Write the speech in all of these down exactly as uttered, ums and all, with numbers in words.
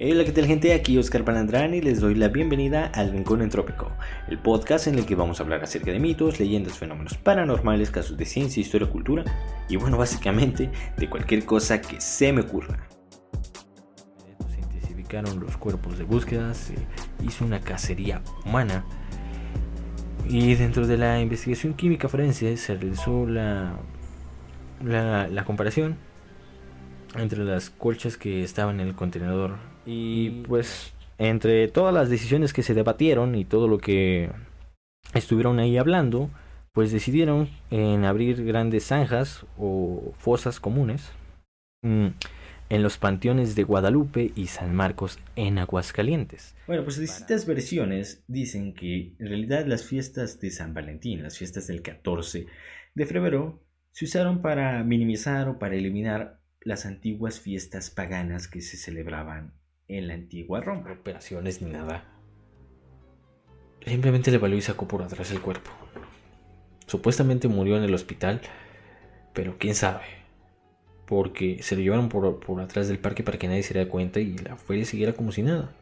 Hola, ¿qué tal, gente? Aquí Oscar Palandrán y les doy la bienvenida al Rincón Entrópico, el podcast en el que vamos a hablar acerca de mitos, leyendas, fenómenos paranormales, casos de ciencia, historia, cultura y bueno, básicamente de cualquier cosa que se me ocurra. Se intensificaron los cuerpos de búsqueda, se hizo una cacería humana y dentro de la investigación química forense se realizó la, la, la comparación entre las colchas que estaban en el contenedor. Y pues entre todas las decisiones que se debatieron y todo lo que estuvieron ahí hablando, pues decidieron en abrir grandes zanjas o fosas comunes mmm, en los panteones de Guadalupe y San Marcos en Aguascalientes. Bueno, pues distintas versiones dicen que en realidad las fiestas de San Valentín, las fiestas del catorce de febrero, se usaron para minimizar o para eliminar las antiguas fiestas paganas que se celebraban en la antigua Roma. No operaciones ni nada. Simplemente le valió y sacó por atrás el cuerpo. Supuestamente murió en el hospital, pero quién sabe. Porque se lo llevaron por, por atrás del parque para que nadie se diera cuenta y la feria siguiera como si nada.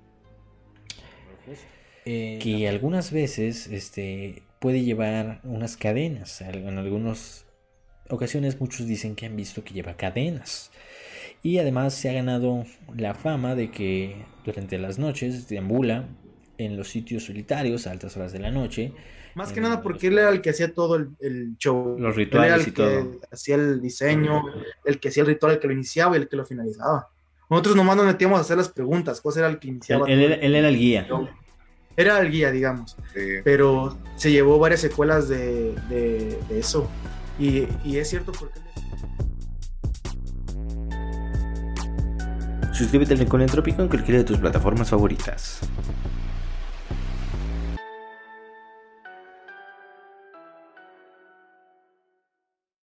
Eh, que algunas veces este, puede llevar unas cadenas. En algunas ocasiones muchos dicen que han visto que lleva cadenas. Y además se ha ganado la fama de que durante las noches deambula en los sitios solitarios a altas horas de la noche. Más que nada porque él era el que hacía todo el, el show. Los rituales él era el y que todo. Hacía el diseño, el que hacía el ritual, el que lo iniciaba y el que lo finalizaba. Nosotros nomás nos metíamos a hacer las preguntas. ¿Cuál era el que iniciaba? Él, él, era, él era el guía. Era el guía, digamos. Sí. Pero se llevó varias secuelas de, de, de eso. Y, y es cierto porque... Suscríbete al Rincón Entrópico en cualquiera de tus plataformas favoritas.